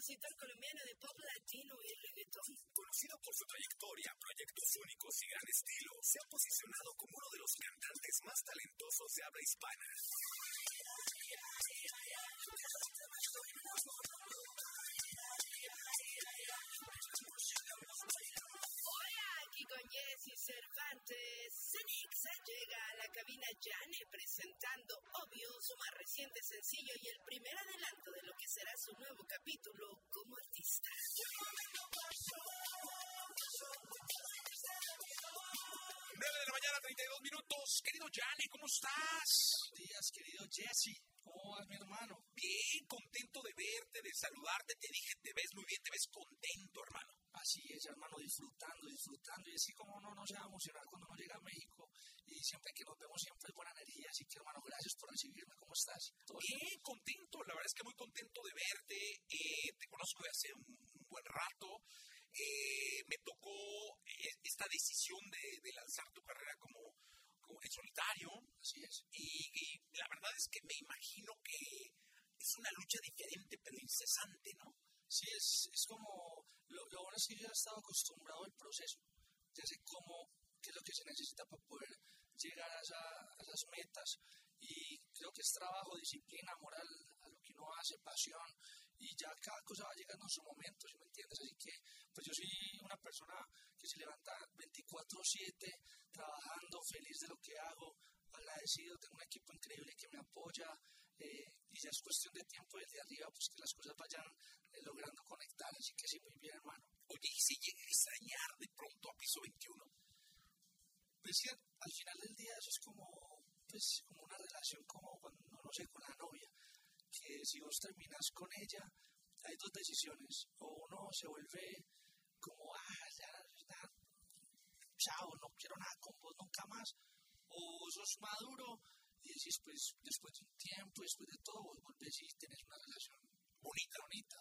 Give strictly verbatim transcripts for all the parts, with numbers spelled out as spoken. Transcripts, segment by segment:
compositor colombiano de pop latino y reggaetón. Conocido por su trayectoria, proyectos únicos y gran estilo, se ha posicionado como uno de los cantantes más talentosos de habla hispana. Hola, aquí con Jessy Cervantes. Cenixa llega a la cabina Yane presentando Obvio, su más reciente sencillo y el primer adelanto de lo que será su nuevo capítulo como artista. nueve de la mañana, treinta y dos minutos. Querido Yane, ¿cómo estás? Buenos días, querido Jesse. ¿Cómo vas, mi hermano? Bien, contento de verte, de saludarte. Te dije, te ves muy bien, te ves contento, hermano. Así es, hermano, disfrutando, disfrutando. Y así como no, no se va a emocionar cuando uno llega a México. Y siempre que nos vemos, siempre es buena energía. Así que, hermano, gracias por recibirme. ¿Cómo estás? ¿Todo bien? Bien, contento. La verdad es que muy contento de verte. Eh, te conozco de hace un, un buen rato. Eh, me tocó eh, esta decisión de, de lanzar tu carrera como, como en solitario. Así es. Y, y la verdad es que me imagino que es una lucha diferente, pero incesante, ¿no? Sí, es, es como, lo, lo bueno es que yo ya he estado acostumbrado al proceso, ya sé cómo, qué es lo que se necesita para poder llegar a, esa, a esas metas, y creo que es trabajo, disciplina, amor al, a lo que uno hace, pasión, y ya cada cosa va llegando en su momento, ¿sí me entiendes? Así que, pues yo soy una persona que se levanta veinticuatro siete, trabajando, feliz de lo que hago, agradecido, tengo un equipo increíble que me apoya, eh, y ya es cuestión de tiempo desde arriba, pues que las cosas vayan eh, logrando conectar, así que sí, muy bien, hermano. Oye, ¿y si llega a extrañar de pronto a Piso veintiuno? Pues que al final del día eso es como, pues, como una relación como cuando, no sé, con la novia, que si vos terminas con ella, hay dos decisiones, o uno se vuelve como, ah, ya, ya, chao, no quiero nada con vos nunca más, o sos maduro y decís, pues, después de un tiempo, después de todo, vos volvés y tenés una relación bonita, bonita.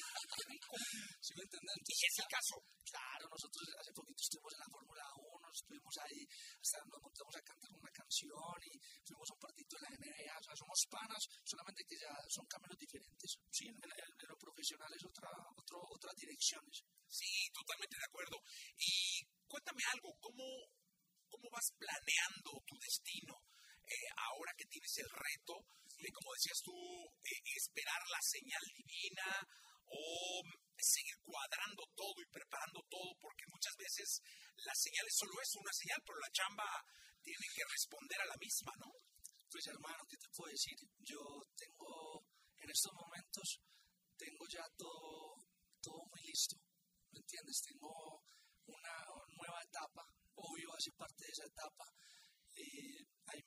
¿Sí me entiendes? ¿Y es el caso? Claro, nosotros hace poquito estuvimos en la Fórmula uno, estuvimos ahí, hasta nos montamos a cantar una canción y fuimos a un partido de la N B A, o sea, somos panas, solamente que ya son caminos diferentes. Sí, en, en, en lo profesional es otra, otro, otras direcciones. Sí, totalmente de acuerdo. Y cuéntame algo, ¿cómo, cómo vas planeando tu destino? Eh, ahora que tienes el reto de, como decías tú, eh, esperar la señal divina o seguir cuadrando todo y preparando todo, porque muchas veces la señal es solo eso, una señal, pero la chamba tiene que responder a la misma, ¿no? Pues hermano, ¿qué te puedo decir? Yo tengo, en estos momentos, tengo ya todo, todo muy listo, ¿me entiendes? Tengo una nueva etapa, obvio hace parte de esa etapa, eh, hay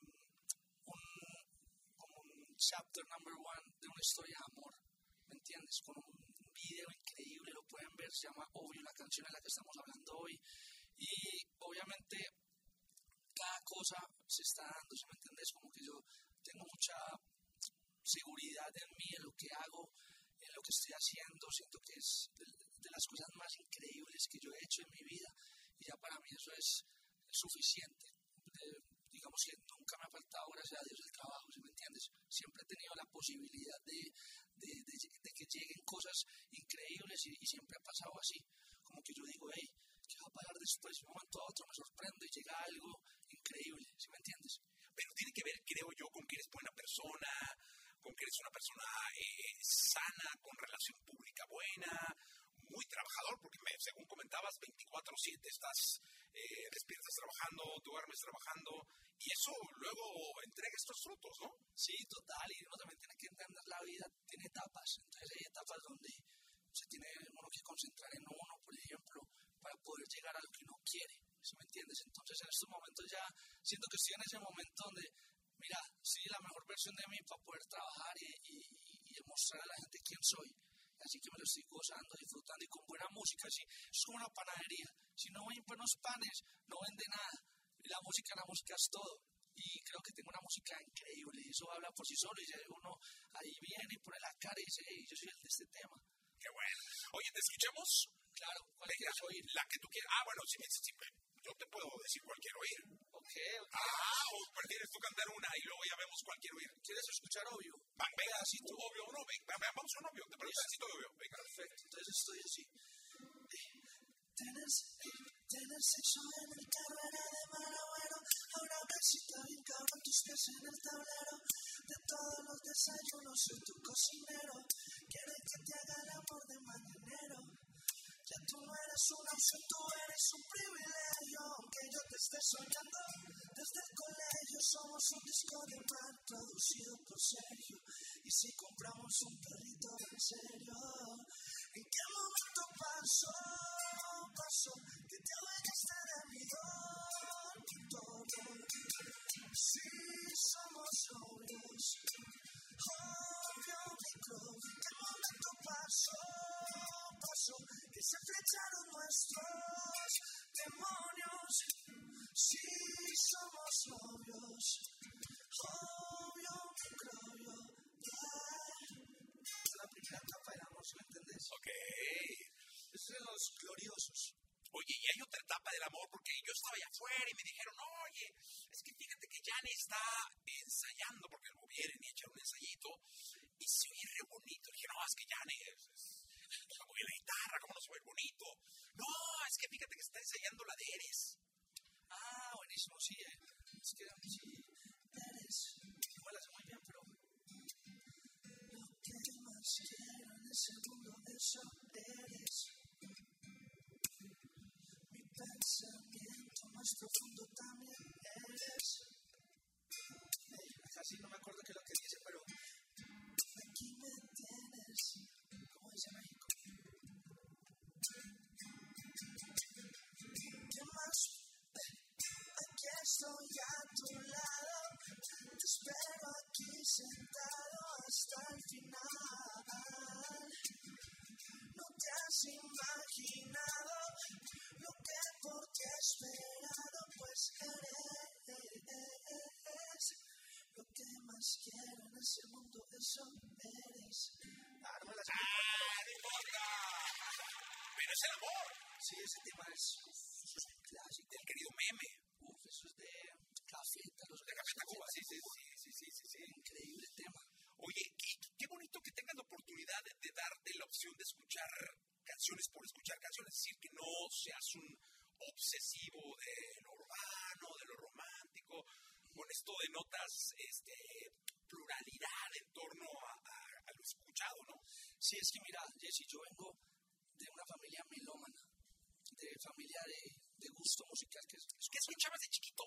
chapter number one de una historia de amor, ¿me entiendes? Con un video increíble, lo pueden ver, se llama Obvio, la canción en la que estamos hablando hoy, y obviamente cada cosa se está dando, ¿sí me entiendes? Como que yo tengo mucha seguridad en mí, en lo que hago, en lo que estoy haciendo, siento que es de, de las cosas más increíbles que yo he hecho en mi vida, y ya para mí eso es, es suficiente. De, digamos que nunca me ha faltado, gracias a Dios, el trabajo, ¿sí me entiendes? Siempre he tenido la posibilidad de, de, de, de que lleguen cosas increíbles y, y siempre ha pasado así, como que yo digo, hey, ¿qué va a pasar después? De un momento a otro me sorprendo y llega algo increíble, ¿sí me entiendes? Pero tiene que ver, creo yo, con que eres buena persona, con que eres una persona eh, sana, con relación pública buena, muy trabajador, porque me, según comentabas, veinticuatro siete estás, eh, despiertas trabajando, duermes trabajando, y eso luego entrega estos frutos, ¿no? Sí, total, y uno también tiene que entender la vida, tiene etapas, entonces hay etapas donde se tiene uno que concentrar en uno, por ejemplo, para poder llegar a lo que uno quiere, ¿sí me entiendes? Entonces en estos momentos ya siento que estoy en ese momento donde, mira, soy la mejor versión de mí para poder trabajar y, y, y demostrar a la gente quién soy. Así que me lo estoy gozando, disfrutando y con buena música, ¿sí? Es como una panadería. Si no ven buenos panes, no vende nada. La música, la música es todo. Y creo que tengo una música increíble y eso habla por sí solo. Y ya uno ahí viene y pone la cara y dice, hey, yo soy el de este tema. Qué bueno. Oye, ¿te escuchamos? Claro, ¿cuál Venga, quieres oír? La que tú quieras. Ah, bueno, si me, si me yo te puedo decir cuál quiero oír. Ok, ok. Ah, o prefieres tú cantar una y luego ya vemos cuál quiero oír. ¿Quieres escuchar obvio? Va, venga, así tú. obvio, no, venga, vamos a un obvio. Te pregunto pedacito de obvio. Venga. Perfecto, entonces estoy así. Tener, tener sexo en el carro era de mal agüero. Ahora besito bien cabrón tus pies en el tablero. De todos los desayunos soy tu cocinero. Quiero que te haga el amor de mañanero. Ya tú no eres una opción, tú eres un privilegio. Aunque yo te esté soñando desde el colegio, somos un disco de mar producido por Sergio. Y si compramos un perrito en serio, ¿en qué momento pasó, pasó que te adueñaste de mi dormitorio? Si somos novios, obvio microbio. ¿En qué momento pasó, pasó que se flecharon nuestros demonios? Si somos novios, obvio microbio. Es la primera etapa del amor, ¿sí me entendés? Ok. Es de los gloriosos. Oye, y hay otra etapa del amor, porque yo estaba allá afuera y me dijeron, oye, es que fíjate que Jane está ensayando, porque luego vienen y echan un ensayito, y se oye re bonito. Le dije, no, es que Jane es, es la la guitarra, ¿cómo no se oye bonito? No, es que fíjate que está ensayando la de Eres. Ah, buenísimo, sí, eh. Es que sí, Eres. Igual hace muy bien, pero lo que más quiero en ese mundo, eso eres. Mi pensamiento más profundo también eres. Hey, casi no me acuerdo qué es lo que dice, pero aquí me tienes, como dice México. ¿Qué más? Aquí estoy a tu lado, te espero aquí sentado hasta el final. No te has imaginado lo que por ti he esperado, pues eres lo que más quiero en ese mundo, eso eres. Ah, no me la sé. ¡Ah, no importa! Pero es el amor. Sí, ese tema es, eso es un clásico. Del querido Meme. Uf, eso es de Café Tacuba. De Café Tacuba, sí, sí, sí, sí, sí, sí. Increíble tema. Oye, qué, qué bonito que tengas la oportunidad de, de darte la opción de escuchar canciones por escuchar canciones, es decir, que no seas un obsesivo de lo urbano, de lo romántico, con esto de notas, este, pluralidad en torno a, a, a lo escuchado, ¿no? Sí, es que mira, Jesse, yo vengo de una familia melómana, de familia de, de gusto musical. Que es, ¿Qué escuchabas de chiquito?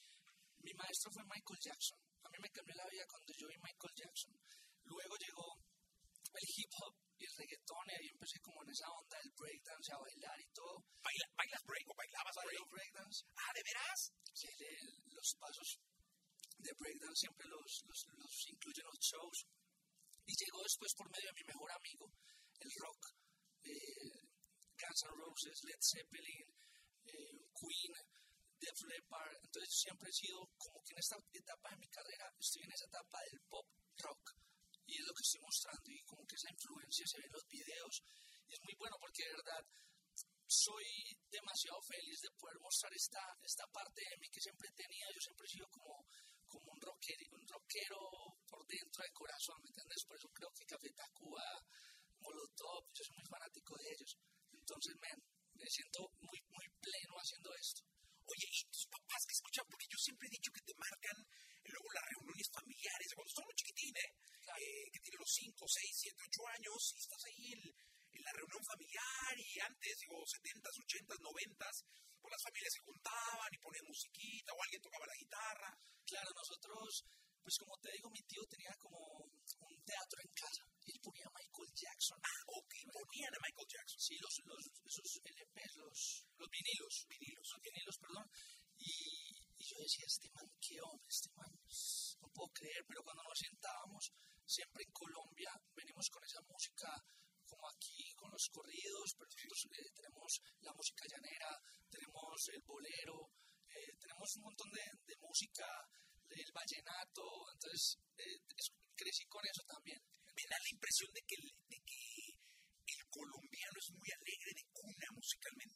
Mi maestro fue Michael Jackson. A mí me cambió la vida cuando yo vi Michael Jackson. Luego llegó el hip hop y el reggaetón, y ahí empecé como en esa onda del breakdance, a bailar y todo. ¿Baila, ¿Bailas break o bailabas Bailo break? breakdance. Ah, ¿de veras? Sí, le, los pasos de breakdance siempre los, los, los incluyen los shows. Y llegó después por medio de mi mejor amigo, el rock, eh, Guns N' Roses, Led Zeppelin, eh, Queen, Def Leppard. Entonces siempre he sido como que en esta etapa de mi carrera estoy en esa etapa del pop rock, y es lo que estoy mostrando, y como que esa influencia se ve en los videos, y es muy bueno porque de verdad soy demasiado feliz de poder mostrar esta, esta parte de mí que siempre tenía. Yo siempre he sido como, como un, rockero, un rockero por dentro del corazón, ¿me entiendes? Por eso creo que Café Tacuba, Molotov, yo soy muy fanático de ellos. Entonces, man, me siento muy, muy pleno haciendo esto. Oye, ¿y tus papás qué escuchan? Porque yo siempre he dicho que te marcan eh, luego las reuniones familiares, cuando son muy chiquitines, ¿eh? Claro. Eh, que tienen los cinco, seis, siete, ocho años, y estás ahí en, en la reunión familiar, y antes, digo, setentas, ochentas, noventas, pues las familias se juntaban y ponían musiquita, o alguien tocaba la guitarra. Claro, nosotros, pues como te digo, mi tío tenía como un teatro en casa, y él ponía a Michael Jackson. Ah, ok, ponían a Michael Jackson. Sí, los, los, esos L Pes, los, los vinilos, vinilos, los vinilos, perdón. Y, y yo decía, este man, qué hombre, este man, no puedo creer. Pero cuando nos sentábamos, siempre en Colombia, venimos con esa música, como aquí, con los corridos, pero nosotros eh, tenemos la música llanera, tenemos el bolero, eh, tenemos un montón de, de música, el vallenato. Entonces, eh, crecí con eso también. Me da la impresión de que, el, de que el colombiano es muy alegre de cuna musicalmente.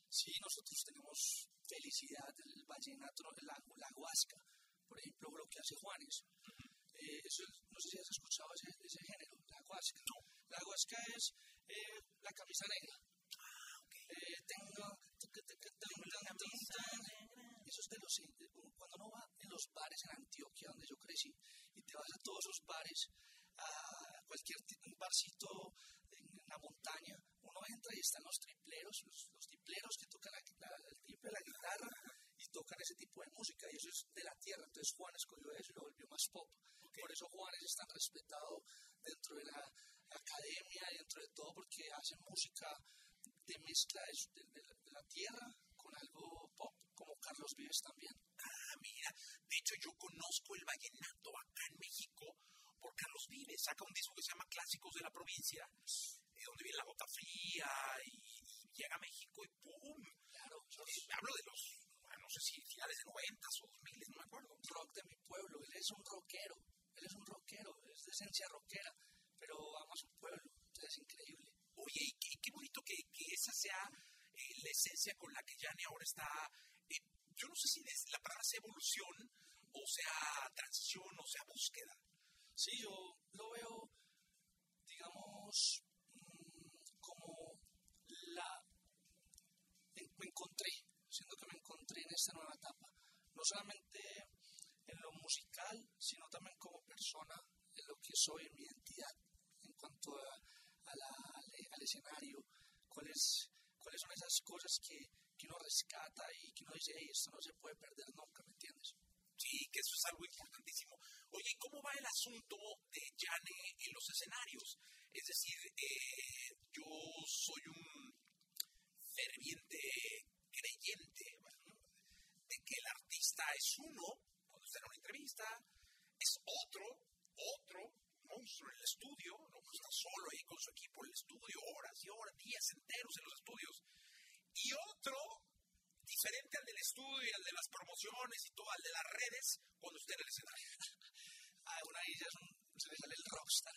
Sí, nosotros tenemos felicidad, el vallenato, la, la huasca, por ejemplo, lo que hace Juanes. Eh, eso, no sé si has escuchado ese, ese género, la huasca. No. La huasca es eh, la camisa negra. Ah, ok. Eh, tengo, eso es de los, cuando uno va en los bares en Antioquia, donde yo crecí, y te vas a todos esos bares, a cualquier un barcito en la montaña, uno entra y están los tripleros, los, los tripleros que tocan la, la, el triple, la guitarra, y tocan ese tipo de música, y eso es de la tierra. Entonces Juan escogió eso y lo volvió más pop. Okay. Por eso Juanes es tan respetado dentro de la academia y dentro de todo, porque hace música de mezcla de, de, de la tierra con algo pop, como Carlos Vives también. Ah, mira, de hecho yo conozco el vallenato acá en México por Carlos Vives. Saca un disco que se llama Clásicos de la Provincia, eh, donde viene La Gota Fría y, y llega a México y ¡pum! Claro, eh, hablo de los, no sé si finales de noventas o dos miles, no me acuerdo. Rock de mi pueblo, él es un rockero, él es un rockero, es de esencia rockera, pero ama su pueblo, entonces es increíble. Oye, y qué, qué bonito que, que esa sea eh, la esencia con la que Yanni ahora está, eh, yo no sé si la palabra sea evolución, o sea transición, o sea búsqueda. Sí, yo lo veo, digamos, como la... me encontré, siento que me encontré en esta nueva etapa, no solamente en lo musical, sino también como persona, en lo que soy, en mi identidad, en cuanto a, a la, al, al escenario, cuáles, cuáles son esas cosas que, que uno rescata y que uno dice, hey, esto no se puede perder nunca, ¿me entiendes? Sí, que eso es algo importantísimo. Oye, ¿cómo va el asunto de Yane en los escenarios? Es decir, eh, yo soy un ferviente creyente, ¿no?, de que el artista es uno cuando está en una entrevista, es otro, otro monstruo en el estudio, no pues está solo ahí con su equipo en el estudio, horas y horas, días enteros en los estudios, y otro diferente al del estudio y al de las promociones y todo, al de las redes, cuando esté en el escenario. Ah, una de ellas se le sale el rockstar.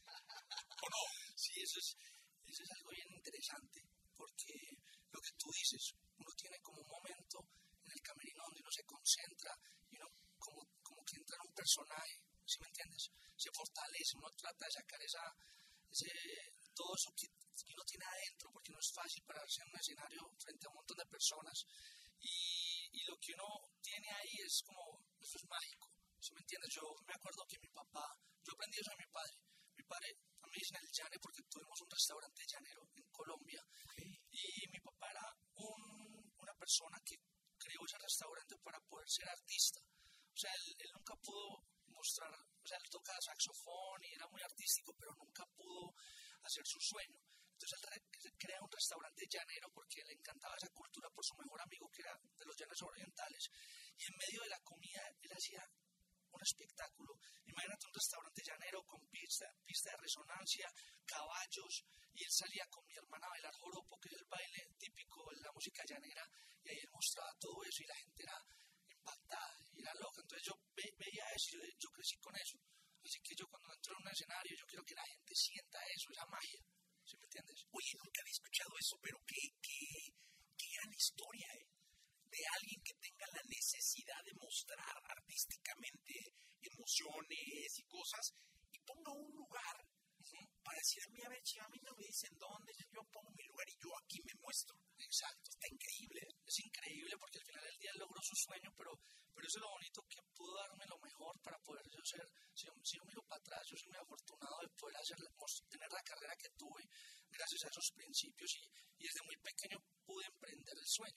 ¿O no? Sí, eso es, eso es algo bien interesante, porque lo que tú dices, uno tiene como un momento en el camerino donde uno se concentra y uno como, como que entra en un personaje, ¿sí me entiendes? Se fortalece, uno trata de sacar esa, ese, todo eso que, que uno tiene adentro, porque no es fácil pararse en un escenario frente a un montón de personas, y, y lo que uno tiene ahí es como, eso es mágico, ¿sí me entiendes? Yo me acuerdo que mi papá, yo aprendí eso de mi padre, mi padre, a mí me dicen el llane porque tuvimos un restaurante llanero en Colombia, okay, y mi papá era un, una persona que creó ese restaurante para poder ser artista, o sea, él, él nunca pudo mostrar, o sea, él tocaba saxofón y era muy artístico, pero nunca pudo hacer su sueño. Entonces él crea un restaurante llanero porque le encantaba esa cultura por su mejor amigo que era de los llanos orientales, y en medio de la comida él hacía un espectáculo. Imagínate un restaurante llanero con pista, pista de resonancia, caballos, y él salía con mi hermana a bailar joropo, que es el baile típico de la música llanera, y ahí él mostraba todo eso y la gente era impactada y era loca. Entonces yo ve, veía eso y yo, yo crecí con eso, así que yo cuando entro en un escenario yo quiero que la gente sienta eso, esa magia, ¿sí me entiendes? Oye, nunca había escuchado eso, pero qué, qué, qué gran historia, ¿eh? De alguien que tenga la necesidad de mostrar artísticamente emociones y cosas y ponga un lugar, uh-huh, para decir a mí, a ver, si a mí no me dicen dónde, yo pongo mi lugar y yo aquí me muestro. Exacto. Está increíble, ¿eh? Es increíble porque al final del día él logró su sueño, pero, pero eso es lo bonito, que pudo darme lo mejor para poder yo ser, si yo, si yo miro para atrás, yo soy muy afortunado de poder hacer, tener la carrera que tuve gracias a esos principios, y, y desde muy pequeño pude emprender el sueño.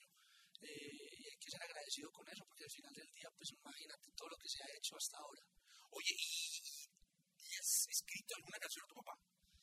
Eh, y hay que ser agradecido con eso, porque al final del día, pues imagínate todo lo que se ha hecho hasta ahora. Oye, ¿y, y has escrito alguna canción a tu papá?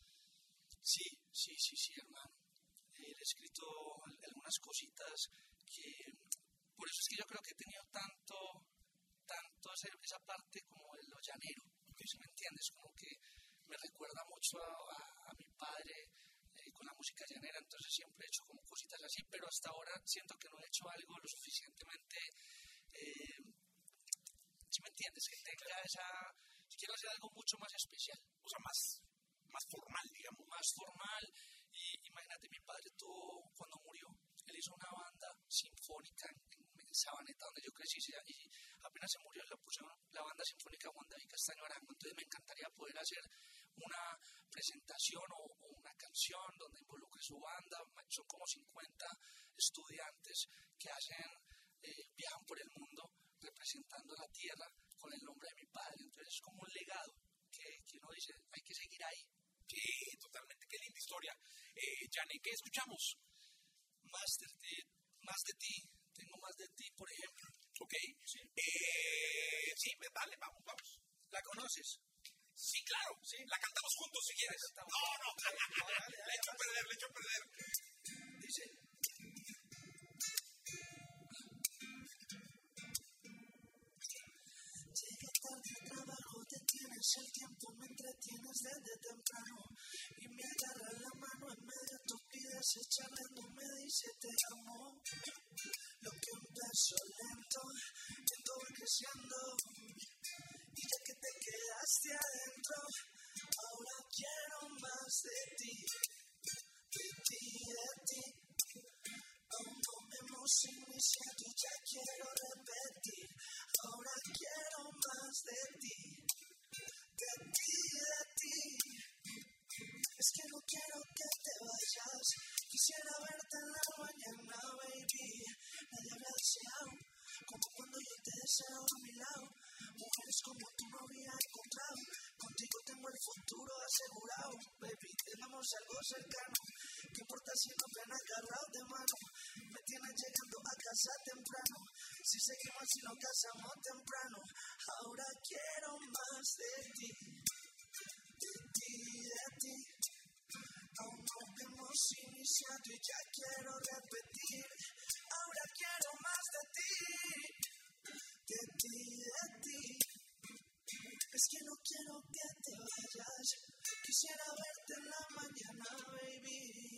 Sí, sí, sí, sí, hermano. Eh, he escrito algunas cositas que, por eso es que yo creo que he tenido tanto, tanto esa, esa parte como de lo llanero, ¿sí me entiendes? Como que me recuerda mucho a, a, a mi padre, con la música llanera, entonces siempre he hecho como cositas así, pero hasta ahora siento que no he hecho algo lo suficientemente, eh, ¿sí me entiendes? Que tenga esa, quiero hacer algo mucho más especial, o sea, más, más formal, digamos. Más formal, y imagínate, mi padre tuvo, cuando murió, él hizo una banda sinfónica en, en, en Sabaneta, donde yo crecí, y apenas se murió, le pusieron la banda sinfónica Juan David Castaño Arango. Entonces me encantaría poder hacer una presentación o, o una canción donde involucre su banda. Son como cincuenta estudiantes que hacen, eh, viajan por el mundo representando la tierra con el nombre de mi padre. Entonces es como un legado que, que uno dice, hay que seguir ahí. Sí, totalmente, qué linda historia. Eh, Gianni, ¿qué escuchamos? Más de, de, más de ti, tengo más de ti, por ejemplo. Ok, sí, eh, sí, dale, vamos, vamos. ¿La conoces? Sí, claro, sí. La cantamos juntos si quieres. No, no, no, dale, le echo a perder, le echo a perder. Dice... Llegué tarde al trabajo, te tienes el tiempo, me entretienes desde temprano y me agarra la mano en medio de tus pies, charlando me dice te amo. Lo que empezó lento, lento va creciendo y ya que te quedaste adentro, ahora quiero más de ti, de ti, de ti. Aún no hemos iniciado y ya quiero repetir. Ahora quiero más de ti, de ti, de ti. Es que no quiero que te vayas. Quisiera verte en la mañana, baby. Nadie había deseado como cuando yo te deseo a mi lado. Mujeres como tú no había encontrado. Contigo tengo el futuro asegurado, baby. Tenemos algo cercano. ¿Qué importa si nos ven agarrados de mano? Me tienes llegando a casa temprano. Si seguimos así nos casamos temprano. Ahora quiero más de ti, de ti, de ti. Aún no hemos iniciado y ya quiero repetir. Ahora quiero más de ti, de ti, de ti. Es que no quiero que te vayas. Quisiera verte en la mañana, baby.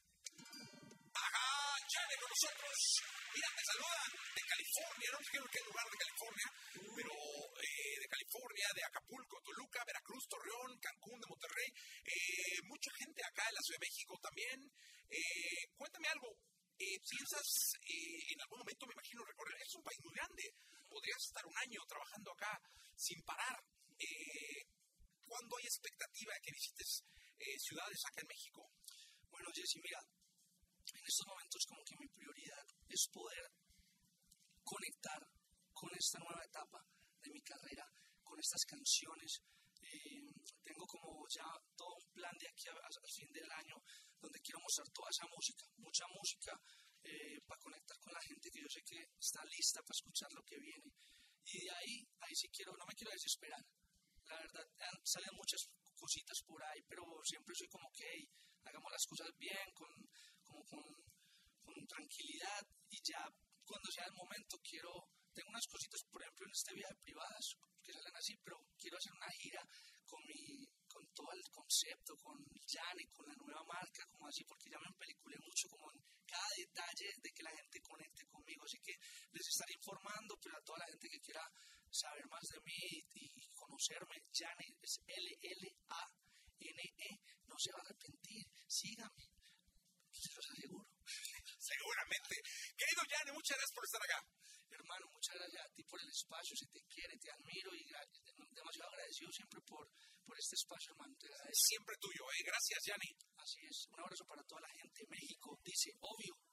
Ajá, Gianni con nosotros. Mira, te saludan de California, no sé en qué lugar de California, pero eh, de California, de Acapulco, Toluca, Veracruz, Torreón, Cancún, de Monterrey. Eh, mucha gente acá en la Ciudad de México también. Eh, cuéntame algo. Eh, ¿Piensas eh, en algún momento, me imagino, recorrer? Es un país muy grande. Podrías estar un año trabajando acá sin parar. Eh, ¿Cuándo hay expectativa de que visites eh, ciudades acá en México? Bueno, Jessy, mira, en estos momentos como que mi prioridad es poder conectar con esta nueva etapa de mi carrera, con estas canciones. Eh, tengo como ya todo un plan de aquí al fin del año donde quiero mostrar toda esa música, mucha música eh, para conectar con la gente que yo sé que está lista para escuchar lo que viene. Y de ahí, ahí sí quiero, no me quiero desesperar. La verdad, han salido muchas cositas por ahí, pero siempre soy como que, hey, hagamos las cosas bien, con, como con, con tranquilidad, y ya cuando sea el momento quiero, tengo unas cositas, por ejemplo, en este viaje privadas que salen así, pero quiero hacer una gira con mi, con todo el concepto, con Gianni, con la nueva marca, como así, porque ya me empeliculé mucho como en cada detalle de que la gente conecte conmigo, así que les estaré informando, pero a toda la gente que quiera saber más de mí y, y conocerme, Gianni es L L A N E, no se va a arrepentir, sígame, se los aseguro. Seguramente. Querido Gianni, muchas gracias por estar acá. Hermano, muchas gracias a ti por el espacio, se te quiere, te admiro y demasiado agradecido siempre por, por este espacio, hermano. Te agradezco. Siempre tuyo, ¿eh? Gracias, Gianni. Así es, un abrazo para toda la gente de México, dice obvio.